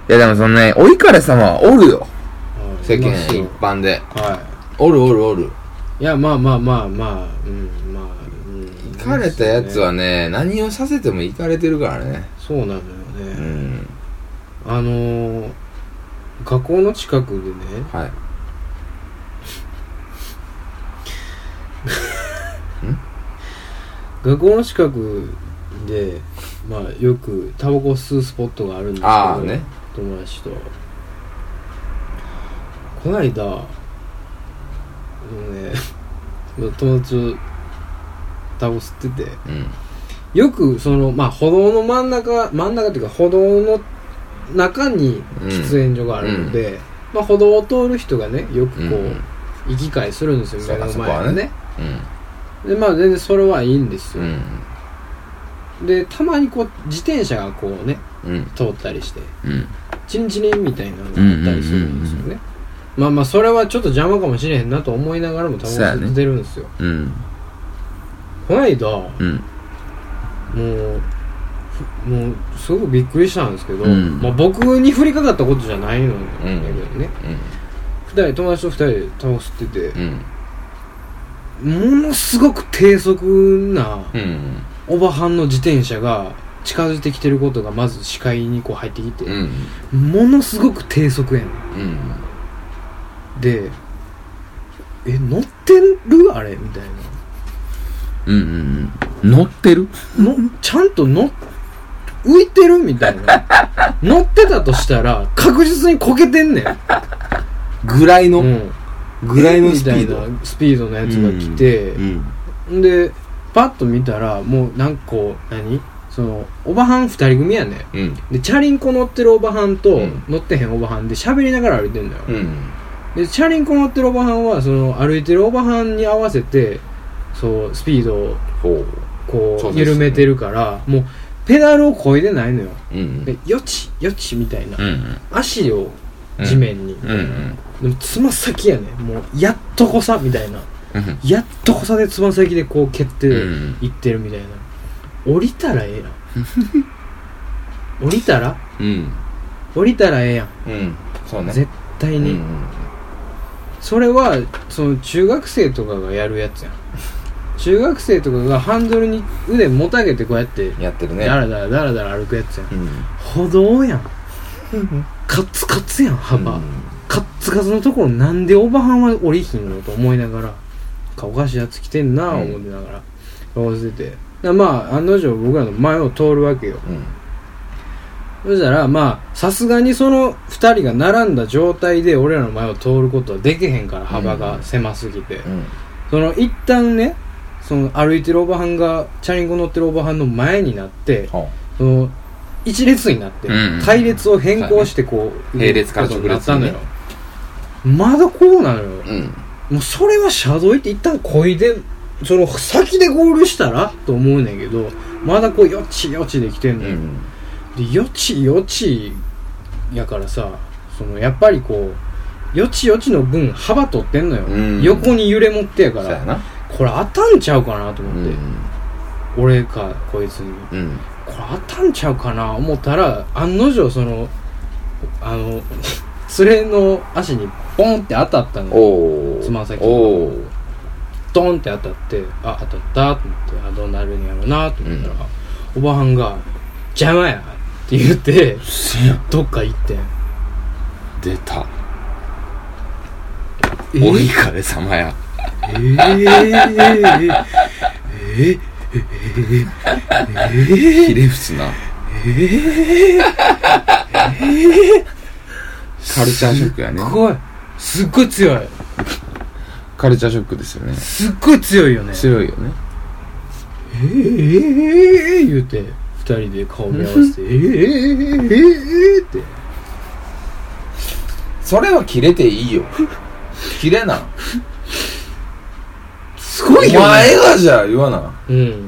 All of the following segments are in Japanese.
いやでもそのね、お怒れ様はおるよ。世間一般で。 はい。 おる。 いや、まあ、まあ、 イかれたやつはね、何をさせてもイかれてるからね。 そうなのよね。学校の近くでね、 はい。 学校の近くで、まあ、よくタバコ吸うスポットがあるんですけど、 ね、 友達とこないだね、友達とタバコ吸ってて、よくその、まあ、歩道の真ん中っていうか歩道の中に喫煙所があるので、まあ、歩道を通る人がねよくこう、行き交いするんですよ、目の前でね。でまあ全然それはいいんですよ、でたまにこう自転車がこうね、通ったりして、チリンチリンみたいなのがあったりするんですよね。まあまあそれはちょっと邪魔かもしれへんなと思いながらもタバコ吸ってるんですよ。この間、もうすごくびっくりしたんですけど、まあ、僕に降りかかったことじゃないのだけどね、友達と2人でタバコ吸ってて、ものすごく低速なおばはんの自転車が近づいてきてることがまず視界にこう入ってきて、ものすごく低速やねん、で乗ってるあれみたいな、 乗ってるちゃんと浮いてるみたいな乗ってたとしたら確実にこけてんねんぐらいのスピードのやつが来て、でパッと見たらもうなんかこうそのおばはん2人組やね、でチャリンコ乗ってるおばはんと、乗ってへんおばはんで喋りながら歩いてんだよ、でチャリンコ乗ってるおばはんはその歩いてるおばはんに合わせてそうスピードをこう緩めてるから、もうペダルを漕いでないのよ、でよちよちみたいな、足を地面に、でもつま先やね、もうやっとこさみたいな、やっとこさでつま先でこう蹴っていってるみたいな、降りたらええやん降りたらええやん、 そうね、 絶対に、それはその中学生とかがやるやつやん。中学生とかがハンドルに腕もたげてこうやってやってるね、 ダラダラ歩くやつやん、歩道やん、カッツカツやん幅、カッツカツのところなんでおばはんは降りひんのと思いながら、おかしいやつ来てんなぁ思ってながら顔してて、まあ案の定僕らの前を通るわけよ、そしたらまあさすがにその2人が並んだ状態で俺らの前を通ることはできへんから、幅が狭すぎて、その一旦ね、その歩いてるおばはんがチャリンコ乗ってるおばはんの前になって、その一列になって、隊列を変更してこう、 並列から直列になったのよ、 まだこうなのよ、もうそれは車道行って一旦こいでその先でゴールしたらと思うねんけど、まだこうよちよちできてんのよ、でよちよちやからさ、そのやっぱりこうよちよちの分幅取ってんのよ、横に揺れ持ってやから、これ当たんちゃうかなと思って、俺かこいつに、これ当たんちゃうかな思ったら、案の定その連れの足にポンって当たったの、つま先にドンって当たって、当たったと思って、どうなるんやろうなと思ったら、おばはんが邪魔やって言ってどっか行ってん。 出た、お怒れ様や。ひれ伏すな。カルチャーショックやね。 すっごい強い。 カルチャーショックですよね。 すっごい強いよね。 強いよね。 言うて二人で顔見合わせてってそれは切れていいよ。切れな。 すごいよね。 お前がじゃあ言わな。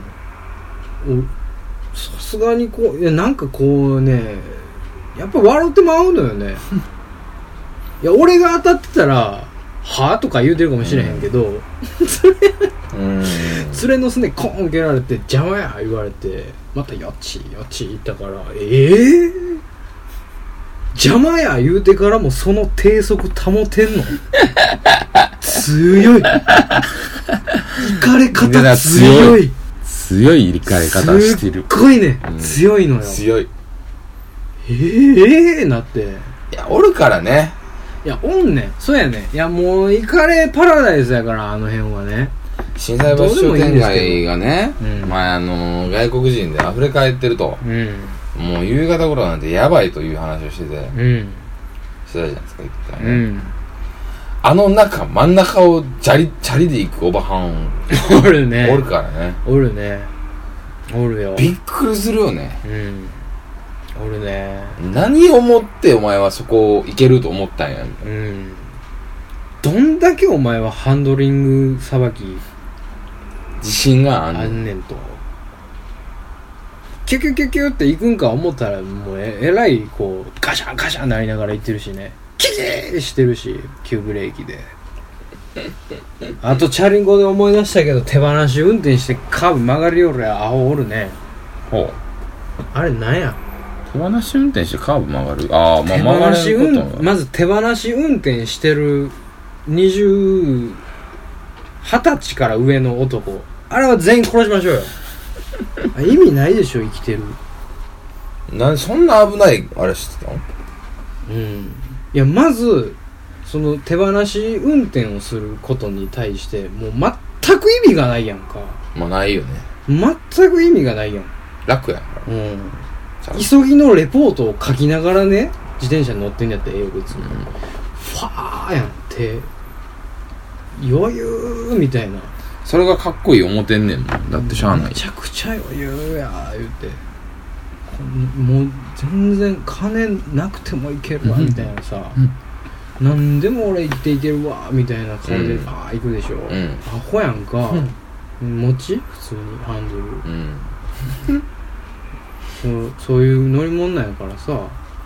さすがにこう、いやなんかこうね、やっぱ笑ってまうのよね。いや俺が当たってたらはぁとか言うてるかもしれへんけど、連れのすねコーン蹴られて邪魔や言われて、またよちよち言ったから、邪邪魔や言うてからもその低速保てんの強い。いかれ方強い。 強いいかれ方してる。 すっごいね、強いのよ。 強い。 なって。 いや、おるからね。 いや、おんねん。そうやねん。いや、もう、イカレパラダイスやから、あの辺はね。 心斎橋商店街がね、外国人で溢れ返ってると。もう夕方頃なんてやばいという話をしてて。してたじゃないですか、言ってたね。あの真ん中をチャリで行くおばはん。 おるね。 おるからね。 おるね。おるよ。 びっくりするよね。 おるね。 何をもってお前はそこ行けると思ったんや。 どんだけお前はハンドリングさばき自信があんねんと。キュキュキュキュって行くんか思ったらもうえらいこうガシャンガシャンなりながら行ってるしね。キキーしてるし、急ブレーキで。あとチャリンコで思い出したけど、手放し運転してカーブ曲がるよりアホおるね。 ほう。 あれなんや。 手放し運転してカーブ曲がる。ああ、まあ曲がることまず手放し運転してる20歳から上の男、あれは全員殺しましょうよ。意味ないでしょ、生きてる。 そんな危ないあれしてたの？ いや、まずその手放し運転をすることに対してもう全く意味がないやんか。 まあないよね。 全く意味がないやん。 楽やんから。 急ぎのレポートを書きながらね、自転車に乗ってんやったらええよ別に。ファーやんって余裕みたいな。 それがかっこいい思てんねんもん。だってしゃあない。 めちゃくちゃ余裕や言うて、もう全然金なくてもいけるわみたいなさ、なんでも俺行っていけるわみたいな顔で行くでしょ。アホやんか。持ち普通にハンドル。そういう乗り物なんやからさ。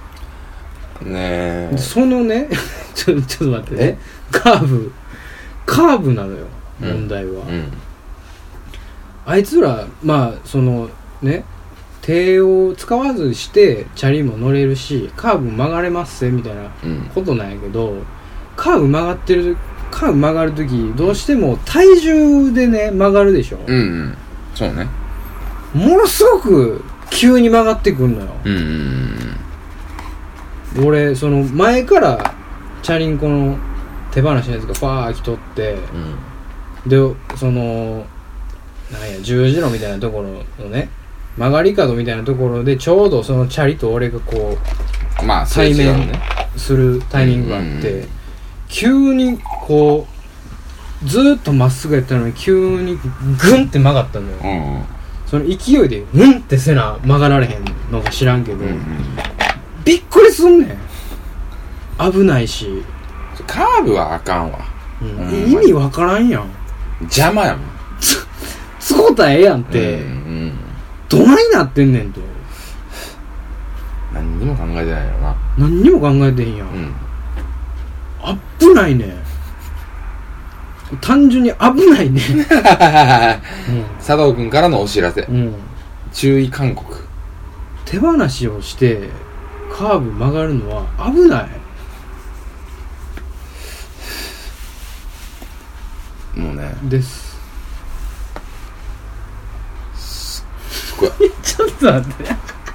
ねえ。 そのねちょっと待ってね。カーブなのよ問題は。あいつらまあそのね、手を使わずしてチャリも乗れるしカーブ曲がれますみたいなことなんやけど、カーブ曲がるときどうしても体重でね曲がるでしょ。 そうね。 ものすごく急に曲がってくるのよ。俺その前からチャリンコの手放しのやつがファー来とって、でそのなんや十字路みたいなところのね曲がり角みたいなところでちょうどそのチャリと俺がこう、対面するタイミングがあって、急にこうずーっとまっすぐやったのに急にグンって曲がったのよ。その勢いでうんってせな曲がられへんのか知らんけど、びっくりすんねん。危ないし。 カーブはあかんわ。 意味わからんやん。 邪魔やもん。 使うたらええやんって。どないなってんねんと。 何にも考えてないよな。 何にも考えてへんやん。危ないね。単純に危ないね。 佐藤君からのお知らせ。注意勧告。 手放しをしてカーブ曲がるのは危ない。 もうね。 です。 すっごい。 ちょっと待って。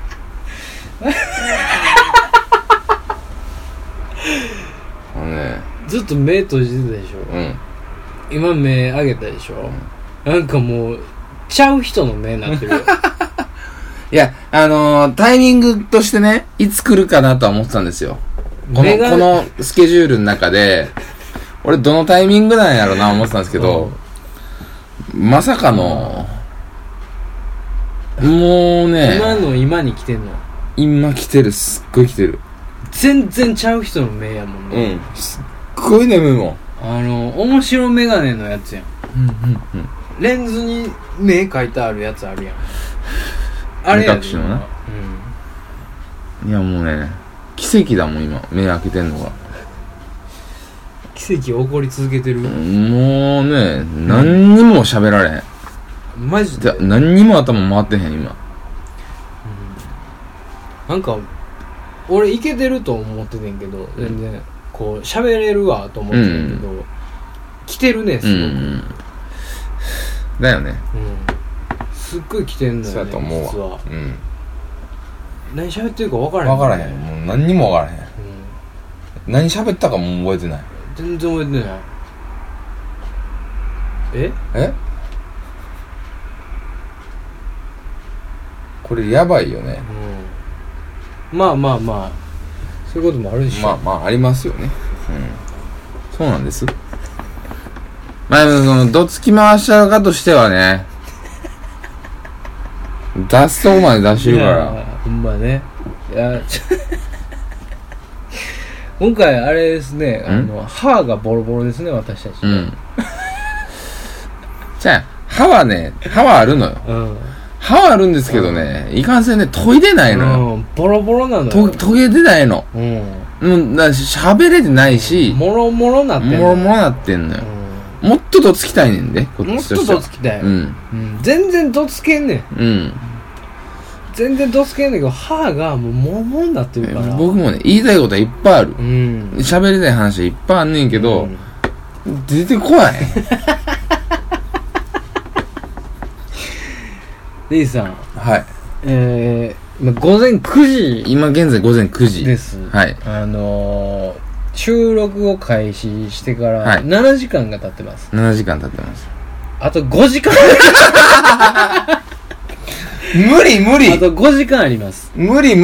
ずっと目閉じてたでしょ。今目上げたでしょ。なんかもうちゃう人の目になってるよ。 いやタイミングとしてね、いつ来るかなとは思ってたんですよ。このスケジュールの中で俺どのタイミングなんやろな思ってたんですけど、まさかのもうね、 今に来てんの。 今来てる。すっごい来てる。 全然ちゃう人の目やもんね。 すっごい眠いもん。 面白メガネのやつやん。レンズに目描いてあるやつあるやん。あれやん。目隠しのな。 いやもうね、奇跡だもん今目開けてんのが。 奇跡起こり続けてる。 もうね、何にも喋られへん。 マジで何にも頭回ってへん今。 なんか俺いけてると思っててんけど、全然こう喋れるわと思っててんけど、来てるね、すごく。 だよね。 すっごい来てんのよね。 そうやと思うわ。 実は。何喋ってるか分からへん。 分からへん。もう何にも分からへん。何喋ったかも覚えてない。 全然覚えてない。 えこれやばいよね。 まあそういうこともあるでしょ。 まあありますよね。そうなんです。まあそのどつき回しちゃうかとしてはね、出すとこまで出してるから。 ほんまね。いや今回あれですね、歯がボロボロですね、私たち。 じゃあ歯はあるのよ。歯はあるんですけどね、いかんせんね、研いでないのよ。 ボロボロなのよ。 研げてないの。喋れてないし、 もろもろなってんのよ。 もろもろなってんのよ。もっとどつきたいねんで、こっちとしては。 もっとどつきたい。全然どつけんねん。全然どつけんねんけど、歯がもうもろもろになってるから。 僕もね、言いたいことはいっぱいある。喋りたい話はいっぱいあんねんけど、出てこない。 レイさん。 はい。 今午前9時。 今現在午前9時。 です。 はい。 収録を開始してから7時間が経ってます。 7時間経ってます。 あと5時間無理あと5時間あります。 無理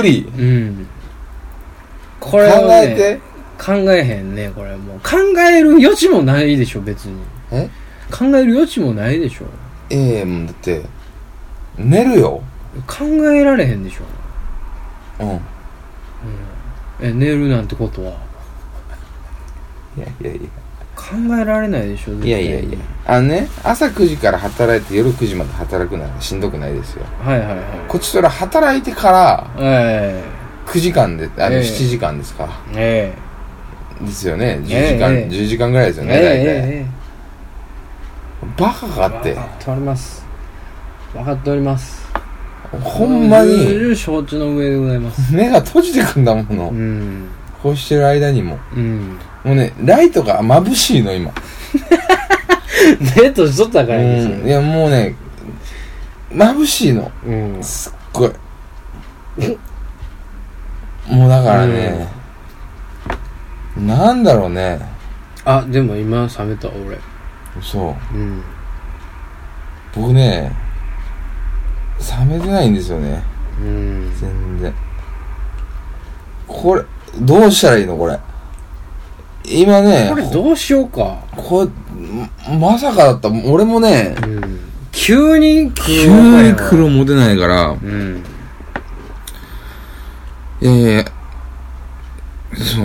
これをね、考えへんね。これもう考える余地もないでしょ、別に。考える余地もないでしょ。 もうだって寝るよ。 考えられへんでしょ。寝るなんてことは。 いや考えられないでしょ。 いや朝9時から働いて夜9時まで働くなんてしんどくないですよ。こっちそれ働いてから9時間で7時間ですか。ですよね。10時間ぐらいですよね、大体。バカかって。 分かっております。 ほんまに承知の上でございます。 目が閉じてくんだもの。こうしてる間にも。もうね、ライトが眩しいの今。 デートしとったからですよ。 いやもうね、眩しいの。すっごい。もうだからね、なんだろうね。 でも今冷めた俺。 そう。僕ね、冷めてないんですよね。全然。これどうしたらいいのこれ。今ね。 これどうしようか。 これまさかだった。俺もね、 急に黒持てないから。そう。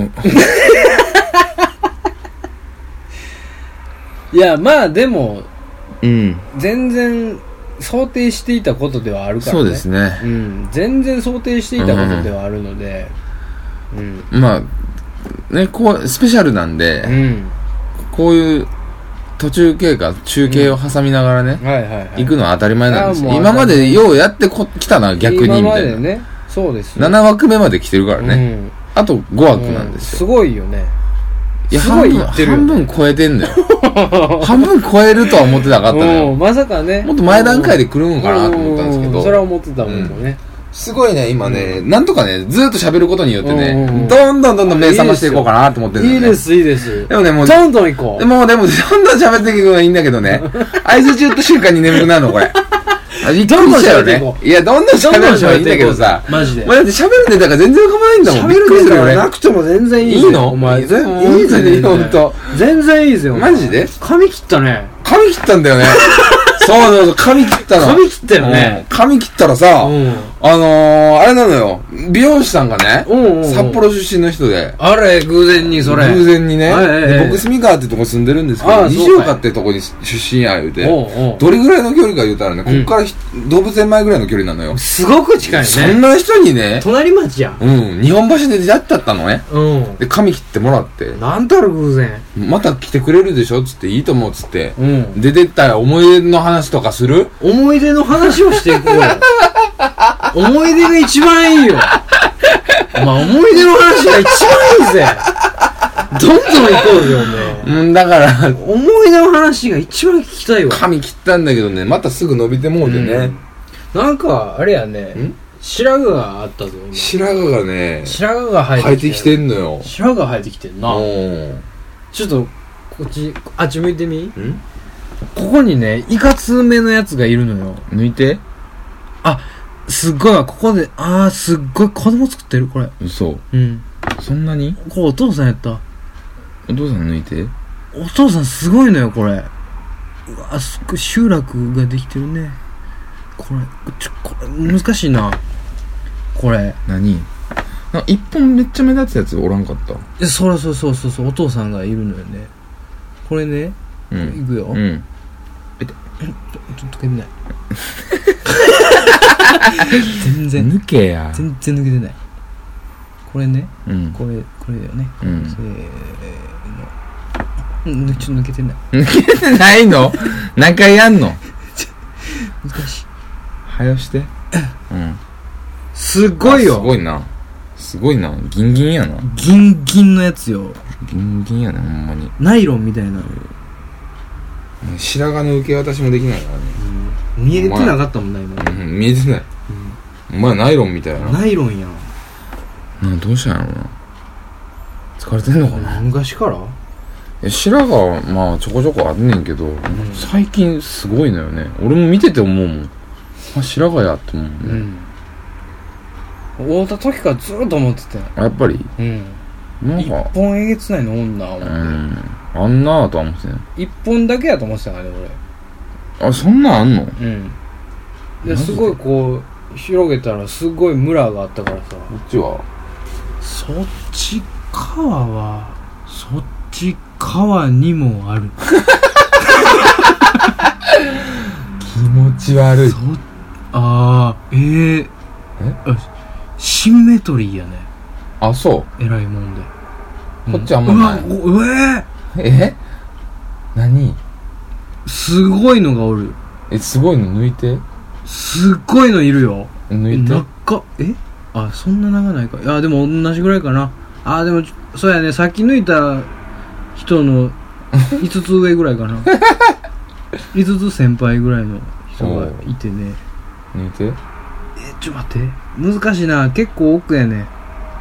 いやまあでも、全然想定していたことではあるからね。 そうですね。 全然想定していたことではあるので、 まあね、こうスペシャルなんで、こういう途中経過中継を挟みながらね、行くのは当たり前なんですよ。今までようやってきたな、逆にみたいな。 ね、そうです。 7枠目まで来てるからね。あと5枠なんですよ。 すごいよね。 いや、半分超えてんだよ。半分超えるとは思ってなかったのよ。 まさかね。 もっと前段階で来るんかなと思ったんですけど。 それは思ってたもんね。 すごいね、今ね、なんとかね、ずっと喋ることによってね、どんどん目覚ましていこうかなと思ってるんだよね。 いいです。 でもね、もう、 どんどん行こう。 でもどんどん喋っていくのがいいんだけどね、合図中った瞬間に眠くなるの、これ。どんどん喋っていこう。いや、どんどん喋るのはいいんだけどさ、 マジで。 だって喋るネタが全然浮かばないんだもん。 喋るネタがなくても全然いい。いいの？ お前、 いいですね、ほんと。全然いいですよ。 マジで？ 髪切ったね。 髪切ったんだよね。そう、髪切ったの。 髪切ったよね。 髪切ったらさ、あれなのよ。美容師さんがね、札幌出身の人で。 あれ、偶然にそれ。 偶然にね。僕、住川ってとこ住んでるんですけど、西岡ってとこに出身や言うて、どれぐらいの距離か言うたらね、こっから動物園前ぐらいの距離なのよ。 すごく近いね。 そんな人にね、 隣町や。 日本橋で出会っちゃったのね。で、髪切ってもらって。 なんたる偶然。 また来てくれるでしょつって、いいと思うつって。出てったら思い出の話とかする？ 思い出の話をしていこうよ。思い出が一番いいよ。 まあ思い出の話が一番いいぜ。どんどん行こうぜ、おめえ。 だから思い出の話が一番聞きたいわ。 髪切ったんだけどね、またすぐ伸びてもうてね。 なんかあれやね、白髪があったぞ。 白髪がね、 白髪が生えてきてんのよ。白髪生えてきてんな。ちょっとこっちあっち向いてみ。ここにね、いかつめのやつがいるのよ。 抜いて。 あ、すっごいわ。ここで、すっごい子供作ってるこれ。 嘘。そんなに？ これお父さんやった。 お父さん抜いて。 お父さんすごいのよこれ。うわ、すっごい集落ができてるね。これ難しいな。これ何？一本めっちゃ目立つやつおらんかった？ そう、お父さんがいるのよね。これね、いくよ。ちょっと見ない。全然抜けや。 全然抜けてない。これね、これだよね。せーの。ちょっと抜けてない。 抜けてないの？何回やんの？ 難しい。 はよして。 すごいよ。 すごいな。ギンギンやな。 ギンギンのやつよ。 ギンギンやな、ほんまに。 ナイロンみたいな。 白髪の受け渡しもできないからね。 見えてなかったもんな、今。 見えてない。お前ナイロンみたいな。 ナイロンやん。 どうしたんやろな。疲れてんのかな。 昔から白髪はまあちょこちょこあんねんけど、最近すごいのよね。俺も見てて思うもん。白髪やって思うね。会うた時からずっと思ってたよ。やっぱりなんか一本えげつないの女思って、あんなぁとは思ってたよ。一本だけやと思ってたからね俺。そんなんあんの？ですごいこう広げたらすごいムラがあったからさ。こっちは？そっち側にもある。気持ち悪い。シンメトリーやね。あ、そう。偉いもんで。こっちあんまない。何？すごいのがおる。すごいの抜いて。すっごいのいるよ。抜いて。そんな長ないか。いやでも同じぐらいかな。でもそうやね。さっき抜いた人の5つ上ぐらいかな。5つ先輩ぐらいの人がいてね。抜いて。ちょっと待って。難しいな。結構奥やね。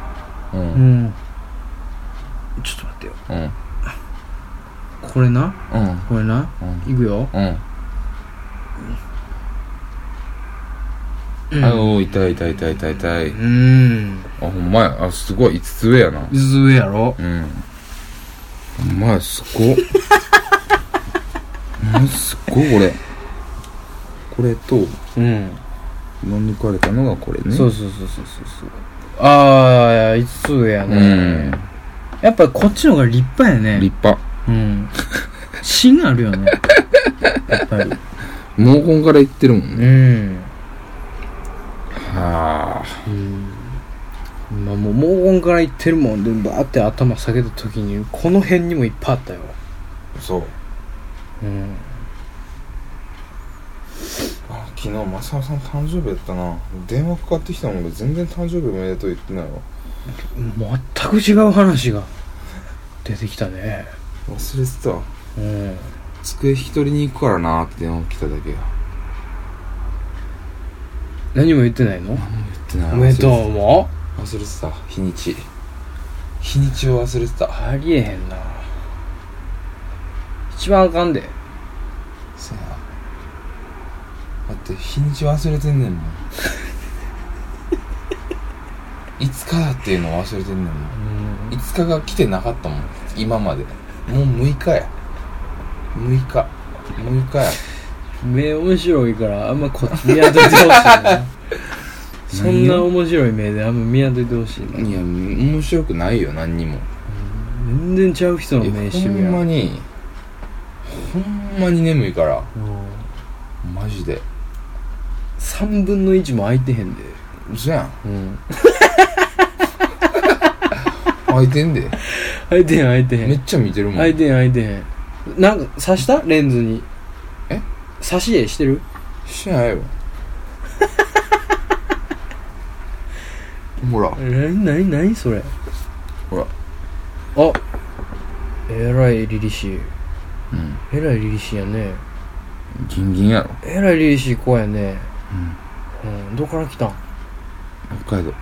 ちょっと待ってよ。これな。これな。いくよ。痛い。ほんまや。すごい。5つ上やな。5つ上やろ。ほんまや、すごっ。すっごいこれ。これと、抜かれたのがこれね。そう。5つ上やね。やっぱこっちの方が立派やね。立派。芯あるよね。やっぱり。毛根からいってるもんね。はぁ。もう毛根からいってるもんで、バーって頭下げた時に、この辺にもいっぱいあったよ。そう。昨日マサオさん誕生日やったな。電話かかってきたもんで全然誕生日おめでとう言ってないわ。全く違う話が出てきたね。忘れてた。机引き取りに行くからなーって電話来ただけや。何も言ってないの？何も言ってない。おめでとうも忘れてた。日にちを忘れてた。ありえへんな。一番あかんで。せや。だって日にち忘れてんねんもん。5日だっていうの忘れてんねんもん。5日が来てなかったもん今まで。もう6日や。6日や。目面白いからあんまこっち見当ててほしいな。そんな面白い目であんま見当ててほしいな。いや面白くないよ何にも。全然ちゃう人の目してるやん。ほんまに眠いから。マジで3分の1も空いてへんで。嘘やん。空いてんで。空いてへん。めっちゃ見てるもん。空いてへん。なんか刺したレンズに。刺し絵してる？してないよ。 ほらなにそれ。 ほらあ、えらい凛々しい。えらい凛々しいやね。 ギンギンやろ。 えらい凛々しい子やね。どこから来たん？ 北海道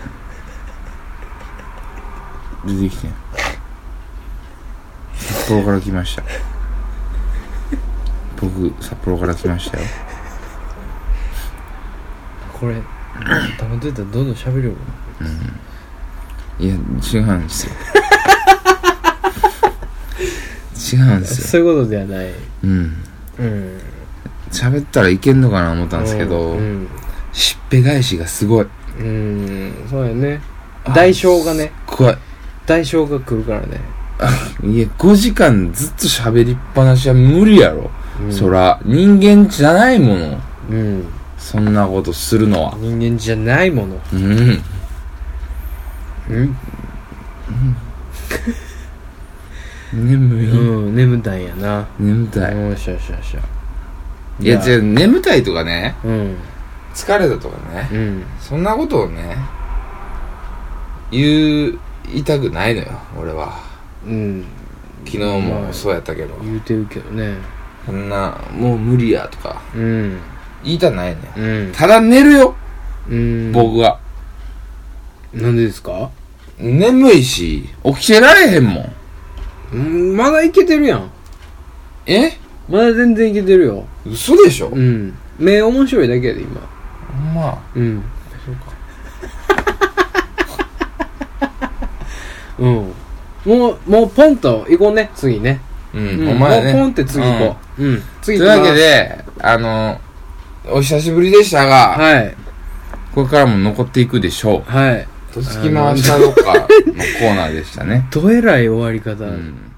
出てきてん。札幌から来ました。僕札幌から来ましたよ。 これ黙ってたらどんどん喋るよ。 いや違うんですよ。違うんですよ。 そういうことではない。 喋ったらいけんのかな思ったんですけど、しっぺ返しがすごい。 そうやね。代償がね。 怖い。 代償が来るからね。 いや5時間ずっと喋りっぱなしは無理やろ。そら人間じゃないもの。そんなことするのは人間じゃないもの。 眠い。 眠たいんやな。 眠たい。 よしよしよし。 いや違う、眠たいとかね、疲れたとかね、そんなことをね言いたくないのよ俺は。昨日もそうやったけど、 言うてるけどね。 こんなもう無理やとか言いたないね、ただ寝るよ、僕が。 なんでですか？ 眠いし起きてられへんもん。 まだいけてるやん。まだ全然いけてるよ。 嘘でしょ。 目面白いだけやで今。 ほんま。そうか。もうポンと行こうね次ね。 お前ね。 もうポンって次行こう。 次というわけでお久しぶりでしたが、これからも残っていくでしょう。とつき回したどっかのコーナーでしたね。 どえらい終わり方。